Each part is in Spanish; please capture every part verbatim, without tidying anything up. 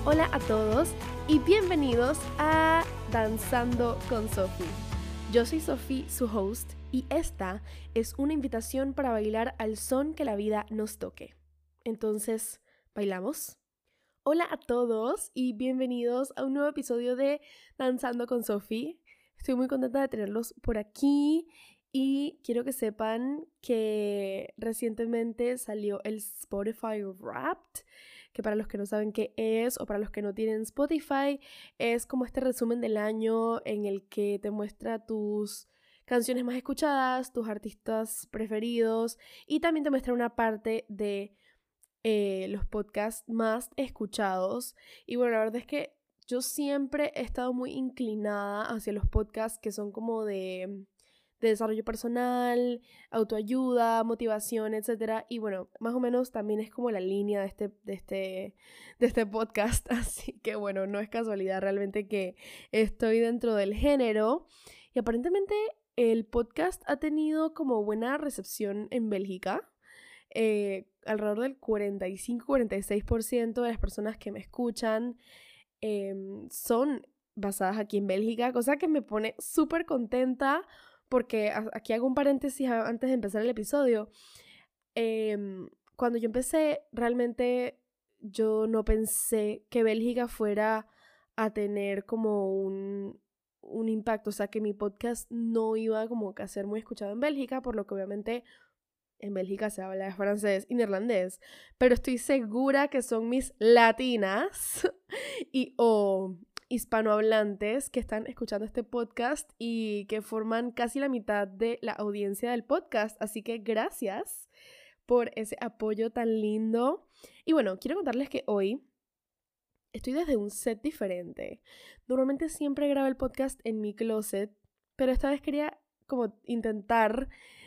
Hola a todos y bienvenidos a Danzando con Sophie. Yo soy Sophie, su host, y esta es una invitación para bailar al son que la vida nos toque. Entonces, ¿bailamos? Hola a todos y bienvenidos a un nuevo episodio de Danzando con Sophie. Estoy muy contenta de tenerlos por aquí y quiero que sepan que recientemente salió el Spotify Wrapped, que para los que no saben qué es o para los que no tienen Spotify, es como este resumen del año en el que te muestra tus canciones más escuchadas, tus artistas preferidos y también te muestra una parte de eh, los podcasts más escuchados. Y bueno, la verdad es que yo siempre he estado muy inclinada hacia los podcasts que son como de... de desarrollo personal, autoayuda, motivación, etcétera. Y bueno, más o menos también es como la línea de este, de este, de este podcast. Así que bueno, no es casualidad realmente que estoy dentro del género. Y aparentemente el podcast ha tenido como buena recepción en Bélgica. Eh, alrededor del cuarenta y cinco a cuarenta y seis por ciento de las personas que me escuchan eh, son basadas aquí en Bélgica, cosa que me pone súper contenta. Porque aquí hago un paréntesis antes de empezar el episodio. Eh, cuando yo empecé, realmente yo no pensé que Bélgica fuera a tener como un, un impacto. O sea, que mi podcast no iba como que a ser muy escuchado en Bélgica, por lo que obviamente en Bélgica se habla de francés y neerlandés. Pero estoy segura que son mis latinas y o... hispanohablantes que están escuchando este podcast y que forman casi la mitad de la audiencia del podcast. Así que gracias por ese apoyo tan lindo. Y bueno, quiero contarles que hoy estoy desde un set diferente. Normalmente siempre grabo el podcast en mi closet, pero esta vez quería como intentar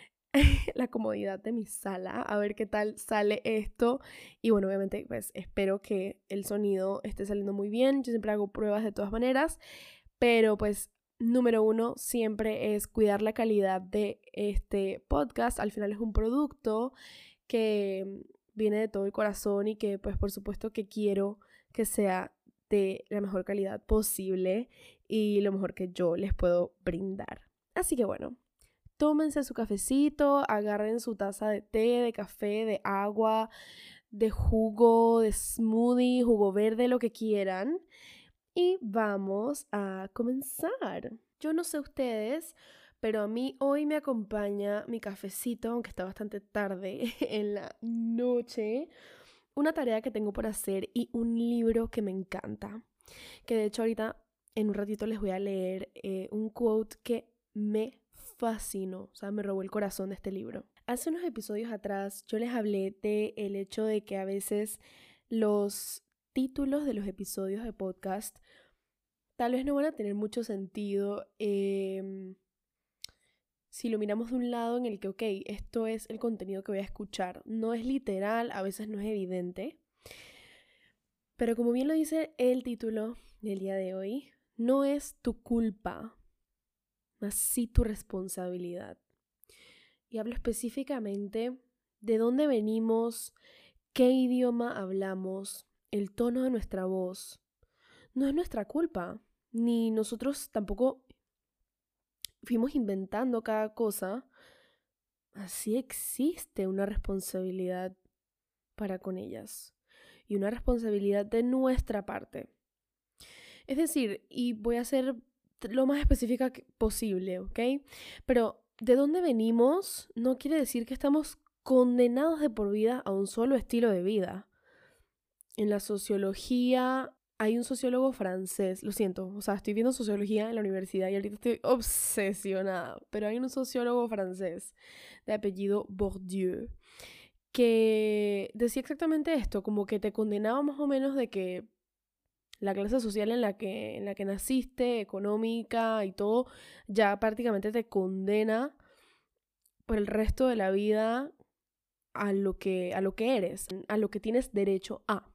la comodidad de mi sala, a ver qué tal sale esto. Y bueno, obviamente pues espero que el sonido esté saliendo muy bien. Yo siempre hago pruebas de todas maneras, pero pues número uno siempre es cuidar la calidad de este podcast. Al final es un producto que viene de todo el corazón y que pues por supuesto que quiero que sea de la mejor calidad posible y lo mejor que yo les puedo brindar. Así que bueno, tómense su cafecito, agarren su taza de té, de café, de agua, de jugo, de smoothie, jugo verde, lo que quieran. Y vamos a comenzar. Yo no sé ustedes, pero a mí hoy me acompaña mi cafecito, aunque está bastante tarde en la noche, una tarea que tengo por hacer y un libro que me encanta. Que de hecho ahorita en un ratito les voy a leer eh, un quote que me fascinó, o sea, me robó el corazón de este libro. Hace unos episodios atrás yo les hablé de el hecho de que a veces los títulos de los episodios de podcast tal vez no van a tener mucho sentido eh, si lo miramos de un lado en el que, ok, esto es el contenido que voy a escuchar. No es literal, a veces no es evidente. Pero como bien lo dice el título del día de hoy, no es tu culpa, mas sí tu responsabilidad. Y hablo específicamente de dónde venimos, qué idioma hablamos, el tono de nuestra voz. No es nuestra culpa, ni nosotros tampoco fuimos inventando cada cosa. Así existe una responsabilidad para con ellas y una responsabilidad de nuestra parte. Es decir, y voy a ser lo más específica posible, ¿ok? Pero de dónde venimos no quiere decir que estamos condenados de por vida a un solo estilo de vida. En la sociología hay un sociólogo francés, lo siento, o sea, estoy viendo sociología en la universidad y ahorita estoy obsesionada, pero hay un sociólogo francés de apellido Bourdieu que decía exactamente esto, como que te condenaba más o menos de que la clase social en la que, en la que naciste, económica y todo, ya prácticamente te condena por el resto de la vida a lo que, a lo que eres, a lo que tienes derecho a.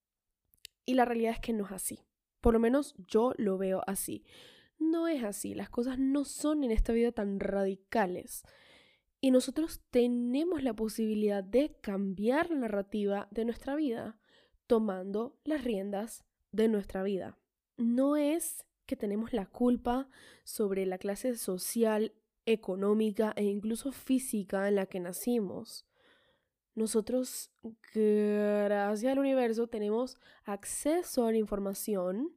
Y la realidad es que no es así. Por lo menos yo lo veo así. No es así. Las cosas no son en esta vida tan radicales. Y nosotros tenemos la posibilidad de cambiar la narrativa de nuestra vida, tomando las riendas de nuestra vida. No es que tenemos la culpa sobre la clase social, económica e incluso física en la que nacimos. Nosotros, gracias al universo, tenemos acceso a la información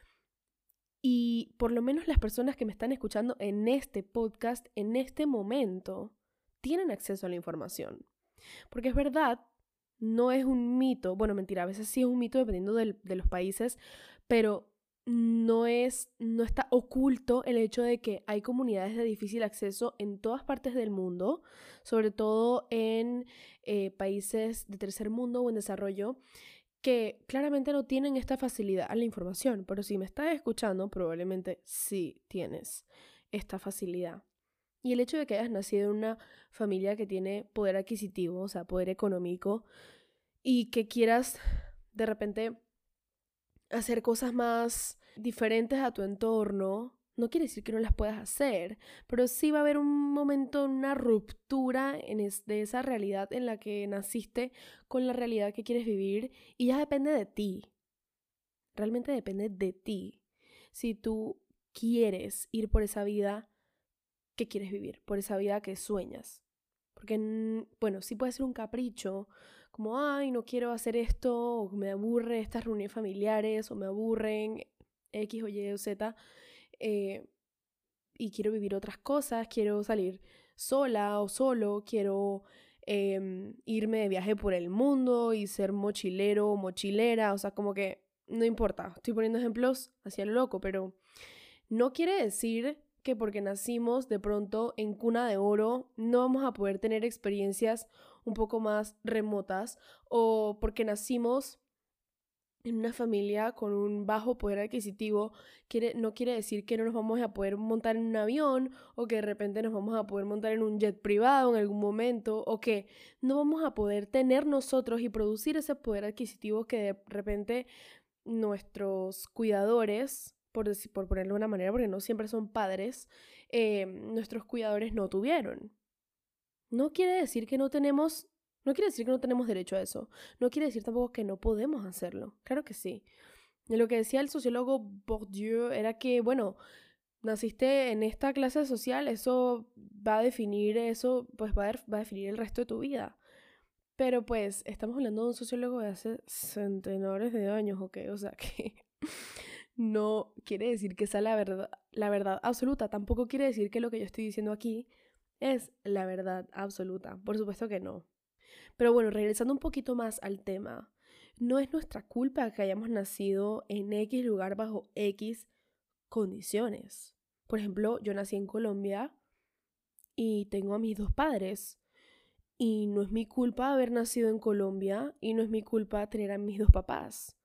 y por lo menos las personas que me están escuchando en este podcast, en este momento, tienen acceso a la información. Porque es verdad, no es un mito, bueno, mentira, a veces sí es un mito dependiendo del, de los países, pero no es, no está oculto el hecho de que hay comunidades de difícil acceso en todas partes del mundo, sobre todo en eh, países de tercer mundo o en desarrollo, que claramente no tienen esta facilidad a la información, pero si me estás escuchando, probablemente sí tienes esta facilidad. Y el hecho de que hayas nacido en una familia que tiene poder adquisitivo, o sea, poder económico, y que quieras de repente hacer cosas más diferentes a tu entorno, no quiere decir que no las puedas hacer, pero sí va a haber un momento, una ruptura en es, de esa realidad en la que naciste con la realidad que quieres vivir y ya depende de ti. Realmente depende de ti. Si tú quieres ir por esa vida que quieres vivir, por esa vida que sueñas. Porque, bueno, sí puede ser un capricho, como, ay, no quiero hacer esto, o me aburre estas reuniones familiares, o me aburren X o Y o Z, eh, y quiero vivir otras cosas, quiero salir sola o solo, quiero eh, irme de viaje por el mundo y ser mochilero o mochilera, o sea, como que no importa, estoy poniendo ejemplos hacia lo loco, pero no quiere decir que porque nacimos de pronto en cuna de oro no vamos a poder tener experiencias un poco más remotas, o porque nacimos en una familia con un bajo poder adquisitivo quiere, no quiere decir que no nos vamos a poder montar en un avión, o que de repente nos vamos a poder montar en un jet privado en algún momento, o que no vamos a poder tener nosotros y producir ese poder adquisitivo que de repente nuestros cuidadores, por, decir, por ponerlo de una manera, porque no siempre son padres, eh, nuestros cuidadores no tuvieron. No quiere decir que no tenemos, no quiere decir que no tenemos derecho a eso. No quiere decir tampoco que no podemos hacerlo. Claro que sí. Y lo que decía el sociólogo Bourdieu era que, bueno, naciste en esta clase social, eso va a definir eso, pues va a, va a definir el resto de tu vida. Pero pues estamos hablando de un sociólogo de hace centenares de años, ¿ok? O sea que no quiere decir que sea la verdad, la verdad absoluta. Tampoco quiere decir que lo que yo estoy diciendo aquí es la verdad absoluta. Por supuesto que no. Pero bueno, regresando un poquito más al tema, no es nuestra culpa que hayamos nacido en X lugar bajo X condiciones. Por ejemplo, yo nací en Colombia y tengo a mis dos padres. Y no es mi culpa haber nacido en Colombia y no es mi culpa tener a mis dos papás.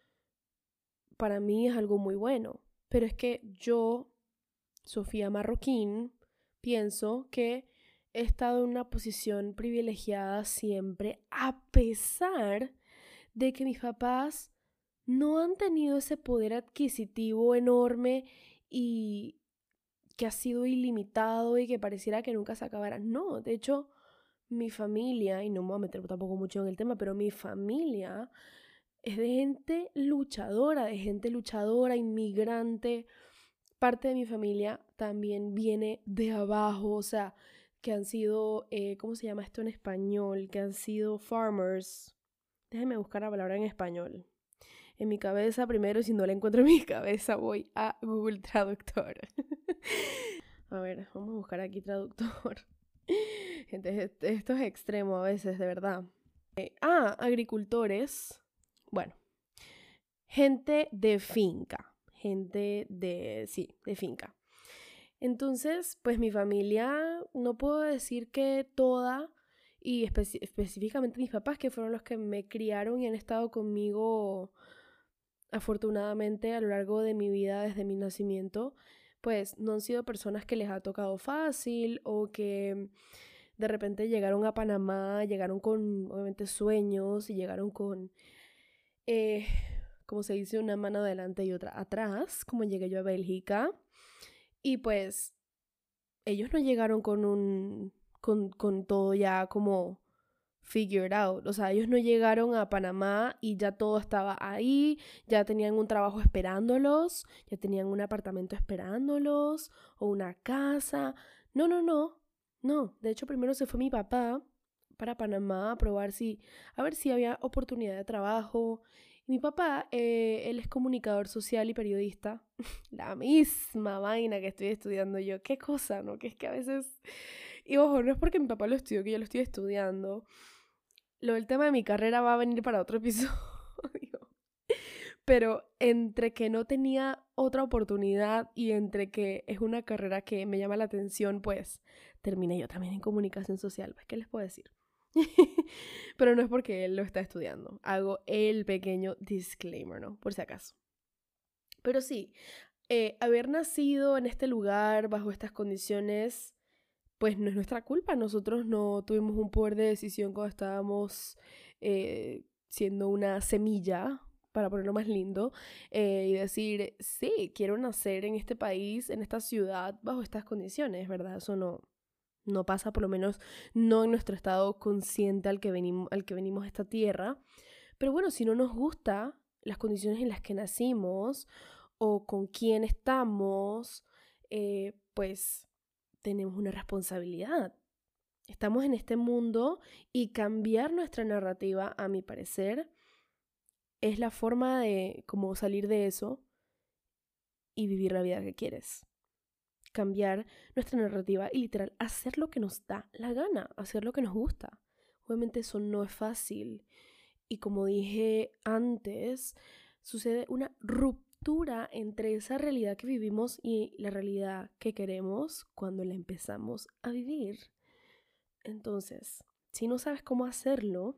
Para mí es algo muy bueno. Pero es que yo, Sofía Marroquín, pienso que he estado en una posición privilegiada siempre, a pesar de que mis papás no han tenido ese poder adquisitivo enorme y que ha sido ilimitado y que pareciera que nunca se acabara. No, de hecho, mi familia, y no me voy a meter tampoco mucho en el tema, pero mi familia es de gente luchadora, de gente luchadora, inmigrante. Parte de mi familia también viene de abajo, o sea, que han sido, eh, ¿cómo se llama esto en español? Que han sido farmers. Déjenme buscar la palabra en español. En mi cabeza primero, si no la encuentro en mi cabeza, voy a Google Traductor. A ver, vamos a buscar aquí traductor. Gente, esto es extremo a veces, de verdad. Eh, ah, agricultores. Bueno, gente de finca. Gente de, sí, de finca. Entonces, pues mi familia, no puedo decir que toda, y espe- específicamente mis papás, que fueron los que me criaron y han estado conmigo afortunadamente a lo largo de mi vida desde mi nacimiento, pues no han sido personas que les ha tocado fácil o que de repente llegaron a Panamá, llegaron con obviamente sueños y llegaron con, eh, como se dice, una mano adelante y otra atrás, como llegué yo a Bélgica. Y pues ellos no llegaron con un, con, con todo ya como figure it out. O sea, ellos no llegaron a Panamá y ya todo estaba ahí, ya tenían un trabajo esperándolos, ya tenían un apartamento esperándolos o una casa. No, no, no, no. De hecho, primero se fue mi papá para Panamá a probar si, a ver si había oportunidad de trabajo. Y mi papá, eh, él es comunicador social y periodista. La misma vaina que estoy estudiando yo. Qué cosa, ¿no? Que es que a veces... Y ojo, no es porque mi papá lo estudió que yo lo estoy estudiando. Lo del tema de mi carrera va a venir para otro episodio. Pero entre que no tenía otra oportunidad y entre que es una carrera que me llama la atención, pues terminé yo también en comunicación social. Pues, ¿qué les puedo decir? Pero no es porque él lo está estudiando. Hago el pequeño disclaimer, ¿no? Por si acaso. Pero sí, eh, haber nacido en este lugar, bajo estas condiciones, pues no es nuestra culpa. Nosotros no tuvimos un poder de decisión cuando estábamos eh, siendo una semilla, para ponerlo más lindo, eh, y decir, sí, quiero nacer en este país, en esta ciudad, bajo estas condiciones, ¿verdad? Eso no, no pasa, por lo menos no en nuestro estado consciente al que venimos, al que venimos a esta tierra. Pero bueno, si no nos gusta las condiciones en las que nacimos o con quién estamos, eh, pues tenemos una responsabilidad. Estamos en este mundo y cambiar nuestra narrativa, a mi parecer, es la forma de como salir de eso y vivir la vida que quieres. Cambiar nuestra narrativa y literal hacer lo que nos da la gana, hacer lo que nos gusta. Obviamente eso no es fácil. Y como dije antes, sucede una ruptura entre esa realidad que vivimos y la realidad que queremos cuando la empezamos a vivir. Entonces, si no sabes cómo hacerlo,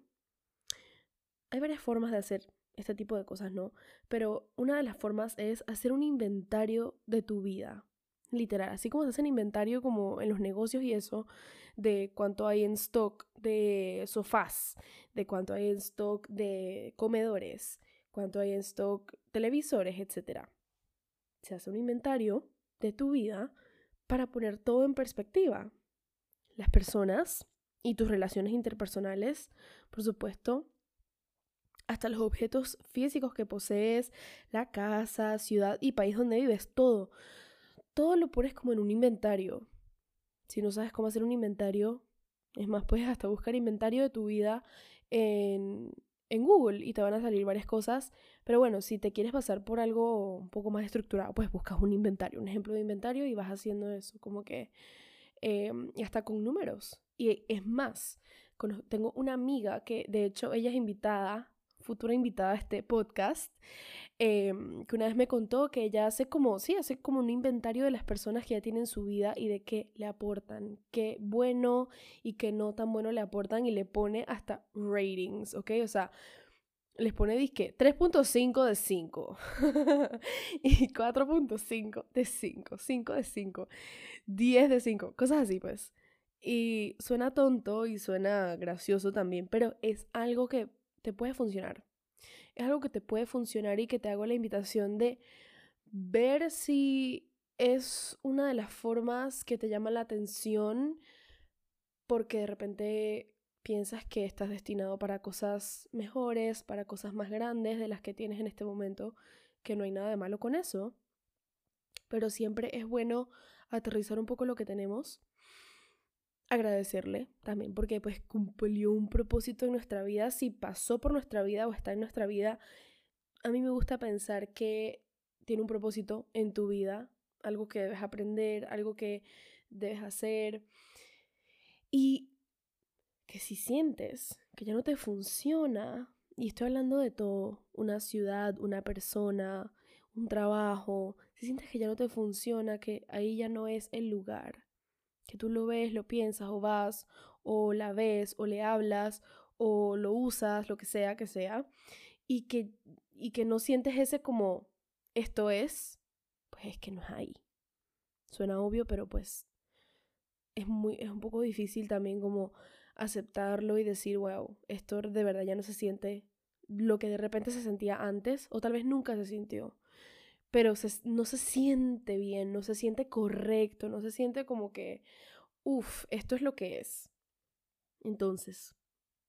hay varias formas de hacer este tipo de cosas, ¿no? Pero una de las formas es hacer un inventario de tu vida. Literal, así como se hace un inventario como en los negocios y eso, de cuánto hay en stock de sofás, de cuánto hay en stock de comedores, cuánto hay en stock televisores, etcétera. Se hace un inventario de tu vida para poner todo en perspectiva. Las personas y tus relaciones interpersonales, por supuesto, hasta los objetos físicos que posees, la casa, ciudad y país donde vives, todo. Todo lo pones como en un inventario. Si no sabes cómo hacer un inventario, es más, puedes hasta buscar inventario de tu vida en, en Google y te van a salir varias cosas. Pero bueno, si te quieres pasar por algo un poco más estructurado, pues buscas un inventario, un ejemplo de inventario y vas haciendo eso, como que eh, hasta con números. Y es más, tengo una amiga que de hecho ella es invitada, futura invitada a este podcast, eh, que una vez me contó que ella hace como, sí, hace como un inventario de las personas que ya tienen su vida y de qué le aportan, qué bueno y qué no tan bueno le aportan y le pone hasta ratings, ¿ok? O sea, les pone disque tres punto cinco de cinco y cuatro punto cinco de cinco, cinco de cinco, diez de cinco, cosas así pues. Y suena tonto y suena gracioso también, pero es algo que te puede funcionar. Es algo que te puede funcionar y que te hago la invitación de ver si es una de las formas que te llama la atención porque de repente piensas que estás destinado para cosas mejores, para cosas más grandes de las que tienes en este momento, que no hay nada de malo con eso. Pero siempre es bueno aterrizar un poco lo que tenemos, agradecerle también porque pues cumplió un propósito en nuestra vida, si pasó por nuestra vida o está en nuestra vida. A mí me gusta pensar que tiene un propósito en tu vida, algo que debes aprender, algo que debes hacer, y que si sientes que ya no te funciona, y estoy hablando de todo, una ciudad, una persona, un trabajo, si sientes que ya no te funciona, que ahí ya no es el lugar, que tú lo ves, lo piensas o vas o la ves o le hablas o lo usas, lo que sea que sea, y que, y que no sientes ese como esto es, pues es que no es ahí. Suena obvio, pero pues es, muy, es un poco difícil también como aceptarlo y decir, wow, esto de verdad ya no se siente lo que de repente se sentía antes o tal vez nunca se sintió. Pero se, no se siente bien, no se siente correcto, no se siente como que, uff, esto es lo que es. Entonces,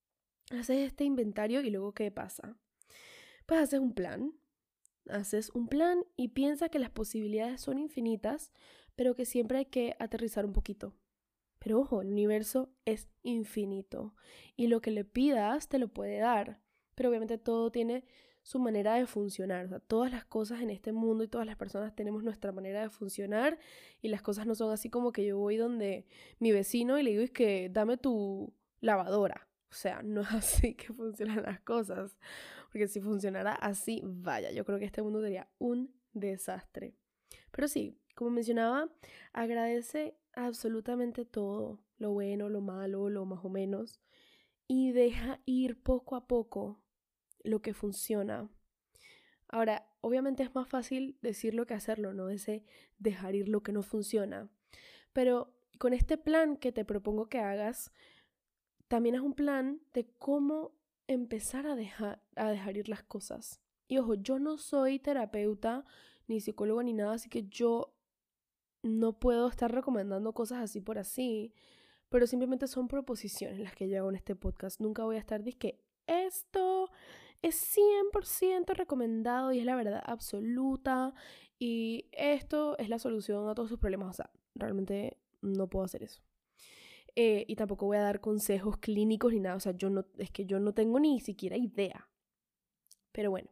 haces este inventario y luego ¿qué pasa? Pues haces un plan, haces un plan y piensa que las posibilidades son infinitas, pero que siempre hay que aterrizar un poquito. Pero ojo, el universo es infinito y lo que le pidas te lo puede dar, pero obviamente todo tiene su manera de funcionar. O sea, todas las cosas en este mundo y todas las personas tenemos nuestra manera de funcionar y las cosas no son así como que yo voy donde mi vecino y le digo es que dame tu lavadora. O sea, no es así que funcionan las cosas, porque si funcionara así, vaya, yo creo que este mundo sería un desastre. Pero sí, como mencionaba, agradece absolutamente todo, lo bueno, lo malo, lo más o menos, y deja ir poco a poco lo que funciona. Ahora, obviamente es más fácil decirlo que hacerlo, ¿no? Ese dejar ir lo que no funciona. Pero con este plan que te propongo que hagas, también es un plan de cómo empezar a dejar, a dejar ir las cosas. Y ojo, yo no soy terapeuta, ni psicólogo, ni nada, así que yo no puedo estar recomendando cosas así por así, pero simplemente son proposiciones las que yo hago en este podcast. Nunca voy a estar dizque esto es cien por ciento recomendado y es la verdad absoluta y esto es la solución a todos sus problemas. O sea, realmente no puedo hacer eso. Eh, y tampoco voy a dar consejos clínicos ni nada. O sea, yo no, es que yo no tengo ni siquiera idea. Pero bueno,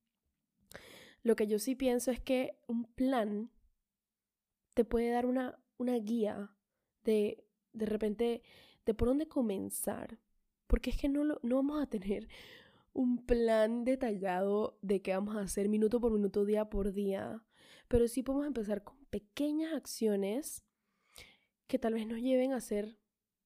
lo que yo sí pienso es que un plan te puede dar una, una guía de, de repente, de por dónde comenzar. Porque es que no, lo, no vamos a tener un plan detallado de qué vamos a hacer minuto por minuto, día por día. Pero sí podemos empezar con pequeñas acciones que tal vez nos lleven a hacer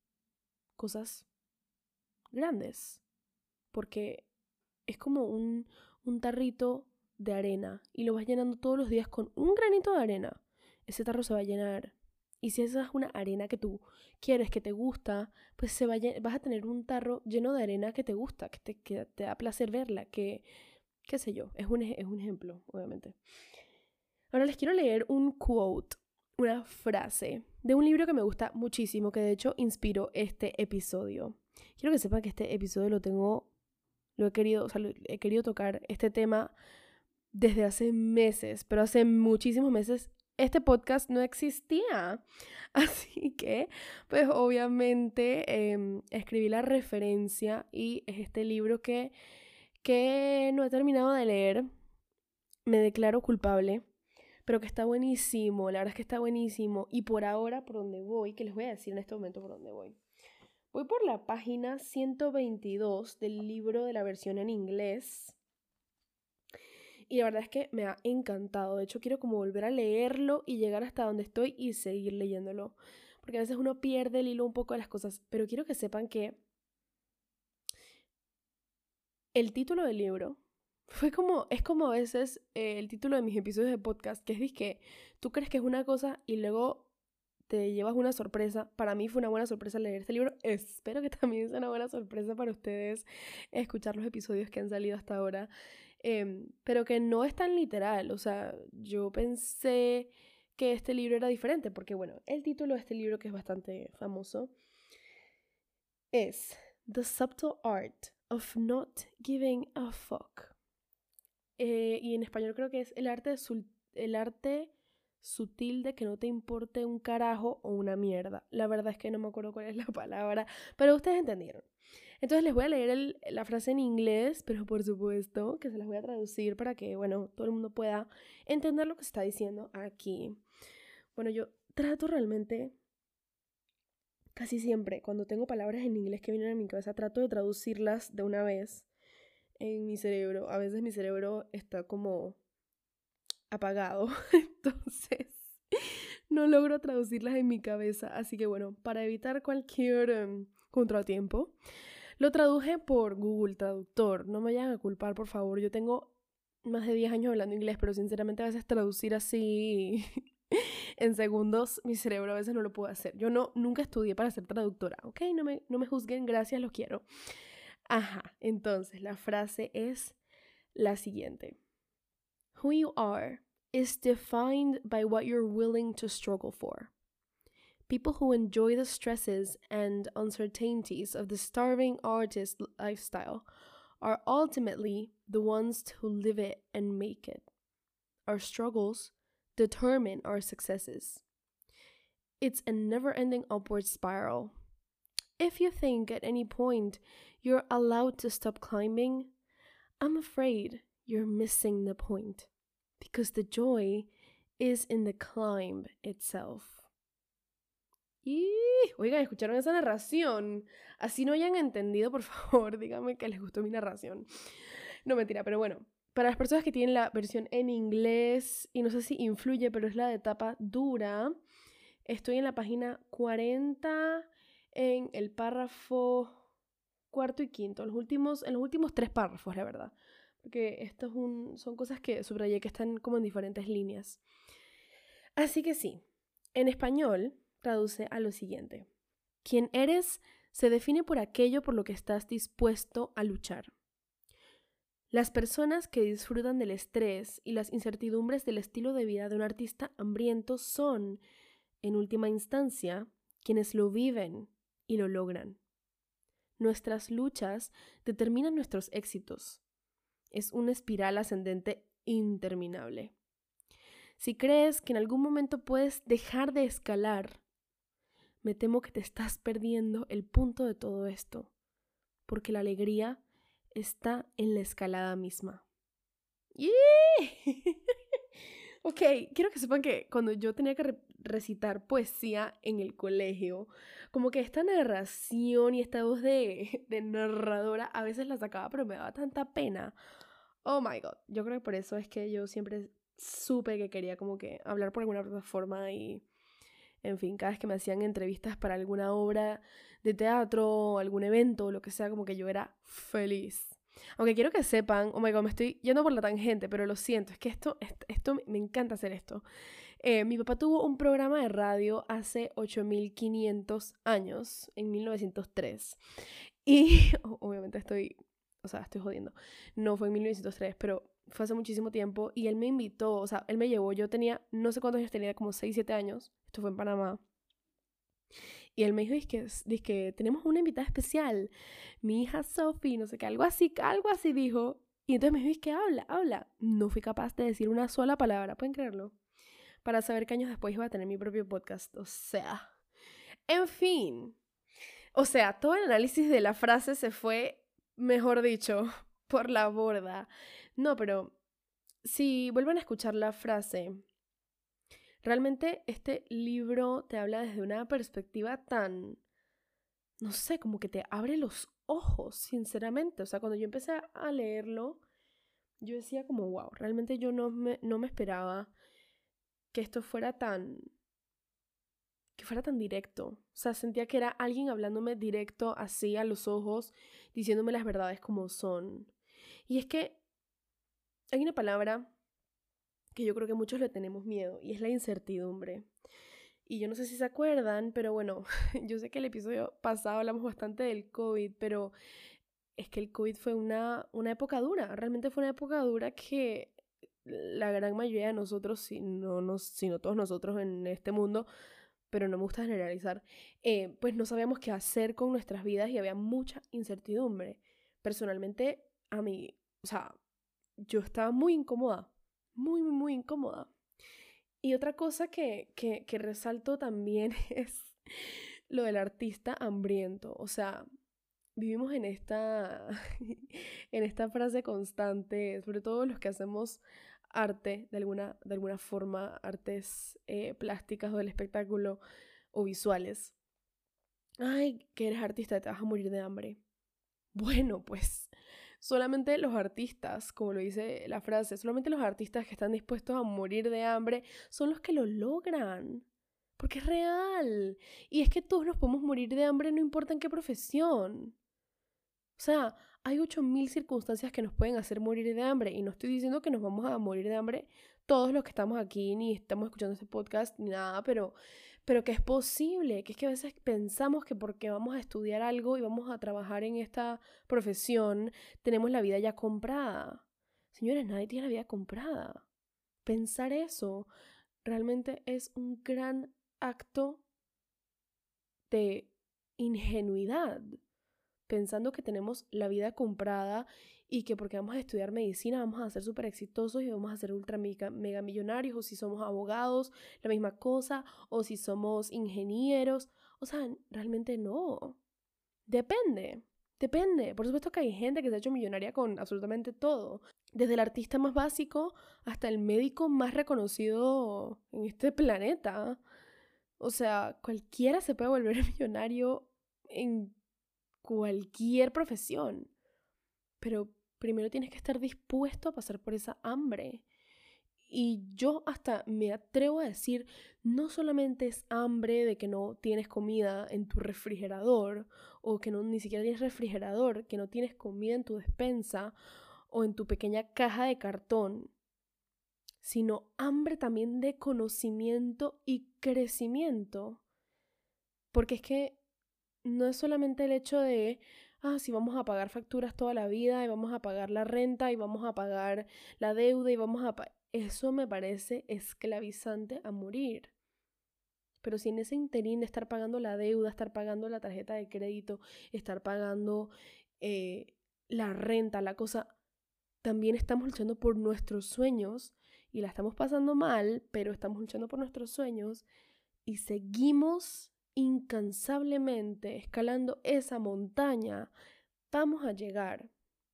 cosas grandes. Porque es como un, un tarrito de arena y lo vas llenando todos los días con un granito de arena. Ese tarro se va a llenar. Y si esa es una arena que tú quieres, que te gusta, pues se va a, vas a tener un tarro lleno de arena que te gusta, que te, que te da placer verla, que, qué sé yo, es un, es un ejemplo, obviamente. Ahora les quiero leer un quote, una frase de un libro que me gusta muchísimo, que de hecho inspiró este episodio. Quiero que sepan que este episodio lo tengo, lo he querido, o sea, lo, he querido tocar este tema desde hace meses, pero hace muchísimos meses este podcast no existía. Así que, pues obviamente eh, escribí la referencia y es este libro que, que no he terminado de leer. Me declaro culpable, pero que está buenísimo. La verdad es que está buenísimo. Y por ahora, por donde voy, que les voy a decir en este momento por dónde voy. Voy por la página ciento veintidós del libro de la versión en inglés. Y la verdad es que me ha encantado. De hecho, quiero como volver a leerlo y llegar hasta donde estoy y seguir leyéndolo. Porque a veces uno pierde el hilo un poco de las cosas. Pero quiero que sepan que el título del libro fue como, es como a veces eh, el título de mis episodios de podcast, que es que tú crees que es una cosa y luego te llevas una sorpresa. Para mí fue una buena sorpresa leer este libro. Espero que también sea una buena sorpresa para ustedes escuchar los episodios que han salido hasta ahora. Eh, pero que no es tan literal. O sea, yo pensé que este libro era diferente porque, bueno, el título de este libro, que es bastante famoso, es The Subtle Art of Not Giving a Fuck. Eh, y en español creo que es el arte, sul- el arte sutil de que no te importe un carajo o una mierda. La verdad es que no me acuerdo cuál es la palabra, pero ustedes entendieron. Entonces les voy a leer el, la frase en inglés, pero por supuesto que se las voy a traducir para que, bueno, todo el mundo pueda entender lo que se está diciendo aquí. Bueno, yo trato realmente, casi siempre, cuando tengo palabras en inglés que vienen a mi cabeza, trato de traducirlas de una vez en mi cerebro. A veces mi cerebro está como apagado, entonces no logro traducirlas en mi cabeza. Así que bueno, para evitar cualquier um, contratiempo, lo traduje por Google Traductor. No me vayan a culpar, por favor. Yo tengo más de diez años hablando inglés, pero sinceramente a veces traducir así en segundos, mi cerebro a veces no lo puede hacer. Yo no, nunca estudié para ser traductora, ¿ok? No me, no me juzguen, gracias, los quiero. Ajá, entonces la frase es la siguiente. Who you are is defined by what you're willing to struggle for. People who enjoy the stresses and uncertainties of the starving artist lifestyle are ultimately the ones who live it and make it. Our struggles determine our successes. It's a never-ending upward spiral. If you think at any point you're allowed to stop climbing, I'm afraid you're missing the point, because the joy is in the climb itself. Y, oigan, ¿escucharon esa narración? Así no hayan entendido, por favor, díganme que les gustó mi narración. No, mentira, pero bueno. Para las personas que tienen la versión en inglés, y no sé si influye, pero es la de tapa dura, estoy en la página cuarenta, en el párrafo cuarto y quinto, en los últimos, en los últimos tres párrafos, la verdad. Porque esto es un, son cosas que subrayé que están como en diferentes líneas. Así que sí, en español traduce a lo siguiente. Quien eres se define por aquello por lo que estás dispuesto a luchar. Las personas que disfrutan del estrés y las incertidumbres del estilo de vida de un artista hambriento son, en última instancia, quienes lo viven y lo logran. Nuestras luchas determinan nuestros éxitos. Es una espiral ascendente interminable. Si crees que en algún momento puedes dejar de escalar, me temo que te estás perdiendo el punto de todo esto, porque la alegría está en la escalada misma. ¡Yeah! Ok, quiero que sepan que cuando yo tenía que re- recitar poesía en el colegio, como que esta narración y esta voz de, de narradora a veces la sacaba, pero me daba tanta pena. Oh my God, yo creo que por eso es que yo siempre supe que quería como que hablar por alguna plataforma y, en fin, cada vez que me hacían entrevistas para alguna obra de teatro o algún evento o lo que sea, como que yo era feliz. Aunque quiero que sepan, oh my God, me estoy yendo por la tangente, pero lo siento, es que esto, esto, esto me encanta hacer esto. Eh, mi papá tuvo un programa de radio hace ocho mil quinientos años, en mil novecientos tres. Y obviamente estoy, o sea, estoy jodiendo. No fue en mil novecientos tres, pero fue hace muchísimo tiempo. Y él me invitó, o sea, él me llevó, yo tenía, no sé cuántos años tenía, como seis, siete años. Esto fue en Panamá. Y él me dijo, dizque, dizque tenemos una invitada especial, mi hija Sophie, no sé qué, algo así, algo así dijo. Y entonces me dijo, dizque habla, habla. No fui capaz de decir una sola palabra, ¿pueden creerlo? Para saber que años después iba a tener mi propio podcast, o sea. En fin. O sea, todo el análisis de la frase se fue, mejor dicho, por la borda. No, pero si vuelven a escuchar la frase, realmente este libro te habla desde una perspectiva tan, no sé, como que te abre los ojos, sinceramente. O sea, cuando yo empecé a leerlo, yo decía como, wow, realmente yo no me, no me esperaba que esto fuera tan, que fuera tan directo. O sea, sentía que era alguien hablándome directo, así, a los ojos, diciéndome las verdades como son. Y es que hay una palabra que yo creo que muchos le tenemos miedo, y es la incertidumbre. Y yo no sé si se acuerdan, pero bueno, yo sé que el episodio pasado hablamos bastante del COVID, pero es que el COVID fue una, una época dura. Realmente fue una época dura que la gran mayoría de nosotros, si no, nos, si no todos nosotros en este mundo, pero no me gusta generalizar, eh, pues no sabíamos qué hacer con nuestras vidas y había mucha incertidumbre. Personalmente, a mí, o sea, yo estaba muy incómoda, muy, muy, muy incómoda. Y otra cosa que, que, que resalto también es lo del artista hambriento. O sea, vivimos en esta, en esta frase constante, sobre todo los que hacemos arte de alguna, de alguna forma, artes eh, plásticas o del espectáculo o visuales. Ay, que eres artista, te vas a morir de hambre. Bueno, pues solamente los artistas, como lo dice la frase, solamente los artistas que están dispuestos a morir de hambre son los que lo logran. Porque es real. Y es que todos nos podemos morir de hambre, no importa en qué profesión. O sea, hay ocho mil circunstancias que nos pueden hacer morir de hambre. Y no estoy diciendo que nos vamos a morir de hambre todos los que estamos aquí, ni estamos escuchando este podcast, ni nada, pero, pero que es posible, que es que a veces pensamos que porque vamos a estudiar algo y vamos a trabajar en esta profesión, tenemos la vida ya comprada. Señores, nadie tiene la vida comprada. Pensar eso realmente es un gran acto de ingenuidad, pensando que tenemos la vida comprada y que porque vamos a estudiar medicina vamos a ser súper exitosos y vamos a ser ultra mega, mega millonarios, o si somos abogados, la misma cosa, o si somos ingenieros. O sea, realmente no. Depende, depende. Por supuesto que hay gente que se ha hecho millonaria con absolutamente todo. Desde el artista más básico hasta el médico más reconocido en este planeta. O sea, cualquiera se puede volver millonario en cualquier profesión. Pero primero tienes que estar dispuesto a pasar por esa hambre. Y yo hasta me atrevo a decir, no solamente es hambre de que no tienes comida en tu refrigerador, o que no, ni siquiera tienes refrigerador, que no tienes comida en tu despensa o en tu pequeña caja de cartón, sino hambre también de conocimiento y crecimiento. Porque es que no es solamente el hecho de, ah, si vamos a pagar facturas toda la vida y vamos a pagar la renta y vamos a pagar la deuda y vamos a pagar... Eso me parece esclavizante a morir. Pero si en ese interín de estar pagando la deuda, estar pagando la tarjeta de crédito, estar pagando eh, la renta, la cosa, también estamos luchando por nuestros sueños y la estamos pasando mal, pero estamos luchando por nuestros sueños y seguimos incansablemente escalando esa montaña, vamos a llegar.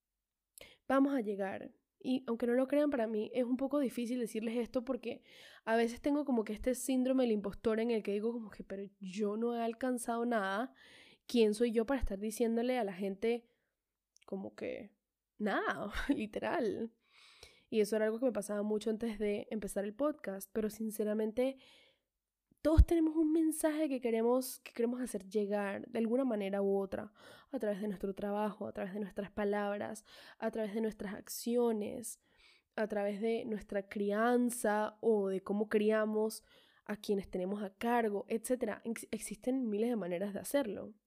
Vamos a llegar. Y aunque no lo crean, para mí es un poco difícil decirles esto porque a veces tengo como que este síndrome del impostor en el que digo como que, pero yo no he alcanzado nada. ¿Quién soy yo para estar diciéndole a la gente como que nada, literal? Y eso era algo que me pasaba mucho antes de empezar el podcast, pero sinceramente todos tenemos un mensaje que queremos, que queremos hacer llegar de alguna manera u otra, a través de nuestro trabajo, a través de nuestras palabras, a través de nuestras acciones, a través de nuestra crianza o de cómo criamos a quienes tenemos a cargo, etcétera. Ex- existen miles de maneras de hacerlo.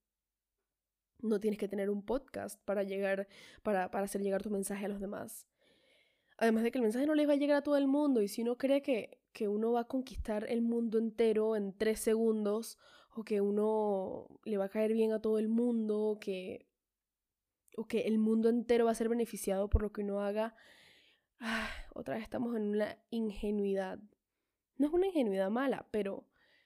No tienes que tener un podcast para llegar, para, para hacer llegar tu mensaje a los demás. Además de que el mensaje no les va a llegar a todo el mundo, y si uno cree que, que uno va a conquistar el mundo entero en tres segundos, o que uno le va a caer bien a todo el mundo, o que, o que el mundo entero va a ser beneficiado por lo que uno haga, ah, otra vez estamos en una ingenuidad. No es una ingenuidad mala, pero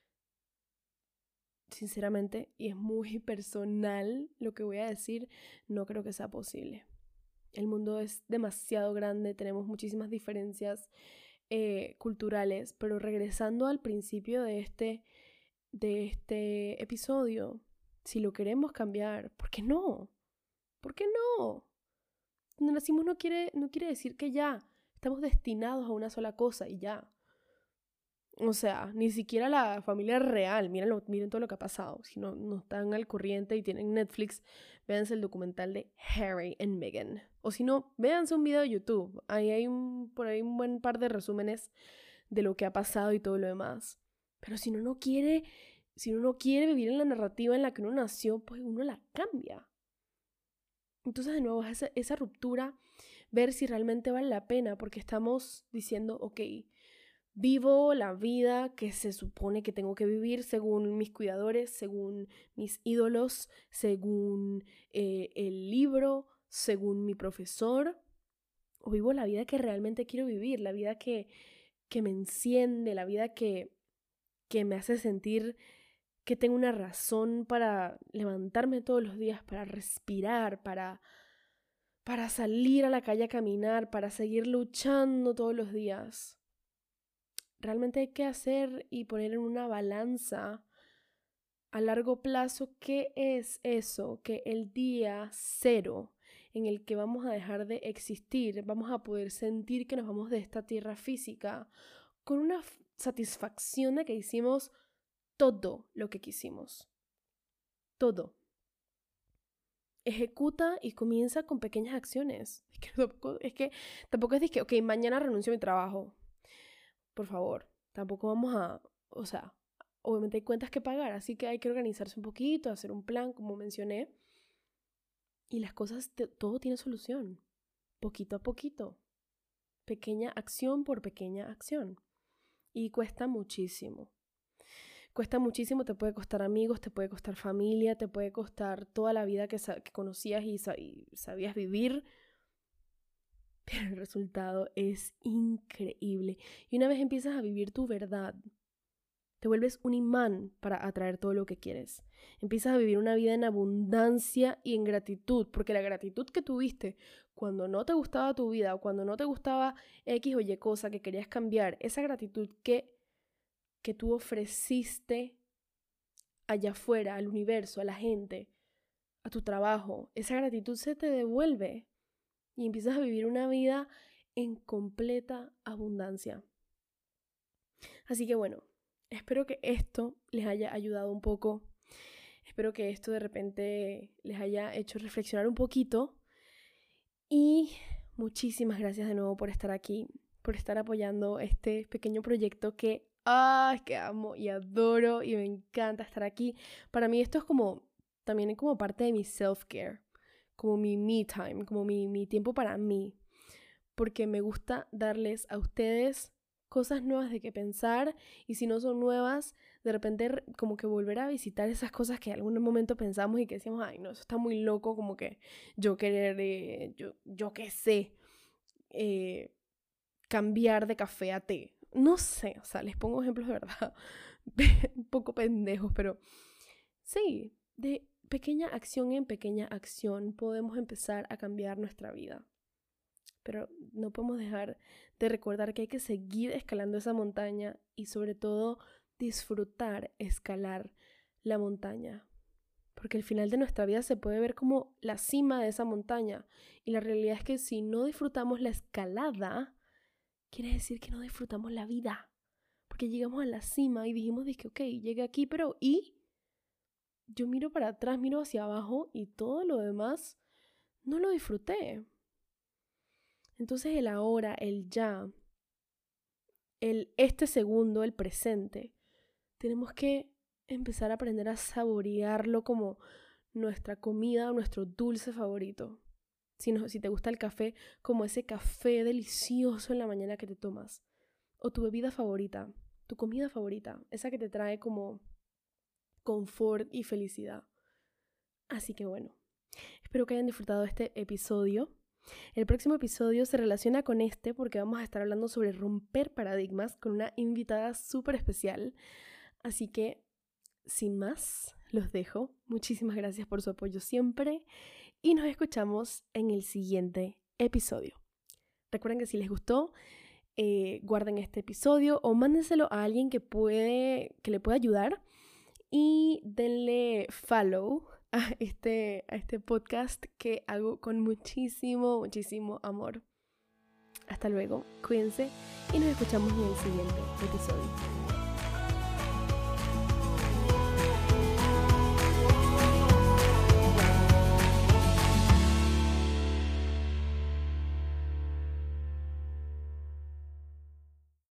sinceramente, y es muy personal lo que voy a decir, no creo que sea posible. El mundo es demasiado grande, tenemos muchísimas diferencias eh, culturales, pero regresando al principio de este, de este episodio, si lo queremos cambiar, ¿por qué no? ¿Por qué no? Donde nacimos no quiere, no quiere decir que ya estamos destinados a una sola cosa y ya. O sea, ni siquiera la familia real, miren, lo, miren todo lo que ha pasado. Si no, no están al corriente y tienen Netflix, véanse el documental de Harry and Meghan. O si no, véanse un video de YouTube. Ahí hay un, por ahí un buen par de resúmenes de lo que ha pasado y todo lo demás. Pero si uno no quiere, si uno no quiere vivir en la narrativa en la que uno nació, pues uno la cambia. Entonces, de nuevo, esa, esa ruptura, ver si realmente vale la pena, porque estamos diciendo, ok, vivo la vida que se supone que tengo que vivir según mis cuidadores, según mis ídolos, según eh, el libro, según mi profesor. O vivo la vida que realmente quiero vivir, la vida que, que me enciende, la vida que, que me hace sentir que tengo una razón para levantarme todos los días, para respirar, para, para salir a la calle a caminar, para seguir luchando todos los días. Realmente hay que hacer y poner en una balanza a largo plazo qué es eso, que el día cero en el que vamos a dejar de existir, vamos a poder sentir que nos vamos de esta tierra física con una f- satisfacción de que hicimos todo lo que quisimos. Todo. Ejecuta y comienza con pequeñas acciones. Es que tampoco es, que, tampoco es de que, ok, mañana renuncio a mi trabajo. Por favor, tampoco vamos a, o sea, obviamente hay cuentas que pagar, así que hay que organizarse un poquito, hacer un plan, como mencioné. Y las cosas, te, todo tiene solución, poquito a poquito, pequeña acción por pequeña acción. Y cuesta muchísimo. Cuesta muchísimo, te puede costar amigos, te puede costar familia, te puede costar toda la vida que, sa- que conocías y, sa- y sabías vivir, pero el resultado es increíble. Y una vez empiezas a vivir tu verdad, te vuelves un imán para atraer todo lo que quieres. Empiezas a vivir una vida en abundancia y en gratitud, porque la gratitud que tuviste cuando no te gustaba tu vida o cuando no te gustaba X o Y cosa que querías cambiar, esa gratitud que, que tú ofreciste allá afuera, al universo, a la gente, a tu trabajo, esa gratitud se te devuelve y empiezas a vivir una vida en completa abundancia. Así que bueno, espero que esto les haya ayudado un poco. Espero que esto de repente les haya hecho reflexionar un poquito. Y muchísimas gracias de nuevo por estar aquí, por estar apoyando este pequeño proyecto que, ah, que amo y adoro y me encanta estar aquí. Para mí esto es como, también como parte de mi self-care, como mi me time, como mi, mi tiempo para mí. Porque me gusta darles a ustedes cosas nuevas de qué pensar, y si no son nuevas, de repente como que volver a visitar esas cosas que en algún momento pensamos y que decíamos, ay no, eso está muy loco, como que yo querer, eh, yo, yo qué sé, eh, cambiar de café a té. No sé, o sea, les pongo ejemplos de verdad un poco pendejos, pero sí, de pequeña acción en pequeña acción podemos empezar a cambiar nuestra vida. Pero no podemos dejar de recordar que hay que seguir escalando esa montaña y sobre todo disfrutar escalar la montaña. Porque el final de nuestra vida se puede ver como la cima de esa montaña. Y la realidad es que si no disfrutamos la escalada, quiere decir que no disfrutamos la vida. Porque llegamos a la cima y dijimos, que ok, llegué aquí, pero ¿y? Yo miro para atrás, miro hacia abajo y todo lo demás no lo disfruté. Entonces el ahora, el ya, el este segundo, el presente, tenemos que empezar a aprender a saborearlo como nuestra comida o nuestro dulce favorito. Si, no, si te gusta el café, como ese café delicioso en la mañana que te tomas. O tu bebida favorita, tu comida favorita, esa que te trae como confort y felicidad. Así que bueno, espero que hayan disfrutado este episodio. El próximo episodio se relaciona con este porque vamos a estar hablando sobre romper paradigmas con una invitada súper especial. Así que, sin más, los dejo. Muchísimas gracias por su apoyo siempre y nos escuchamos en el siguiente episodio. Recuerden que si les gustó, eh, guarden este episodio o mándenselo a alguien que, puede, que le pueda ayudar y denle follow a este, a este podcast que hago con muchísimo, muchísimo amor. Hasta luego, cuídense y nos escuchamos en el siguiente episodio.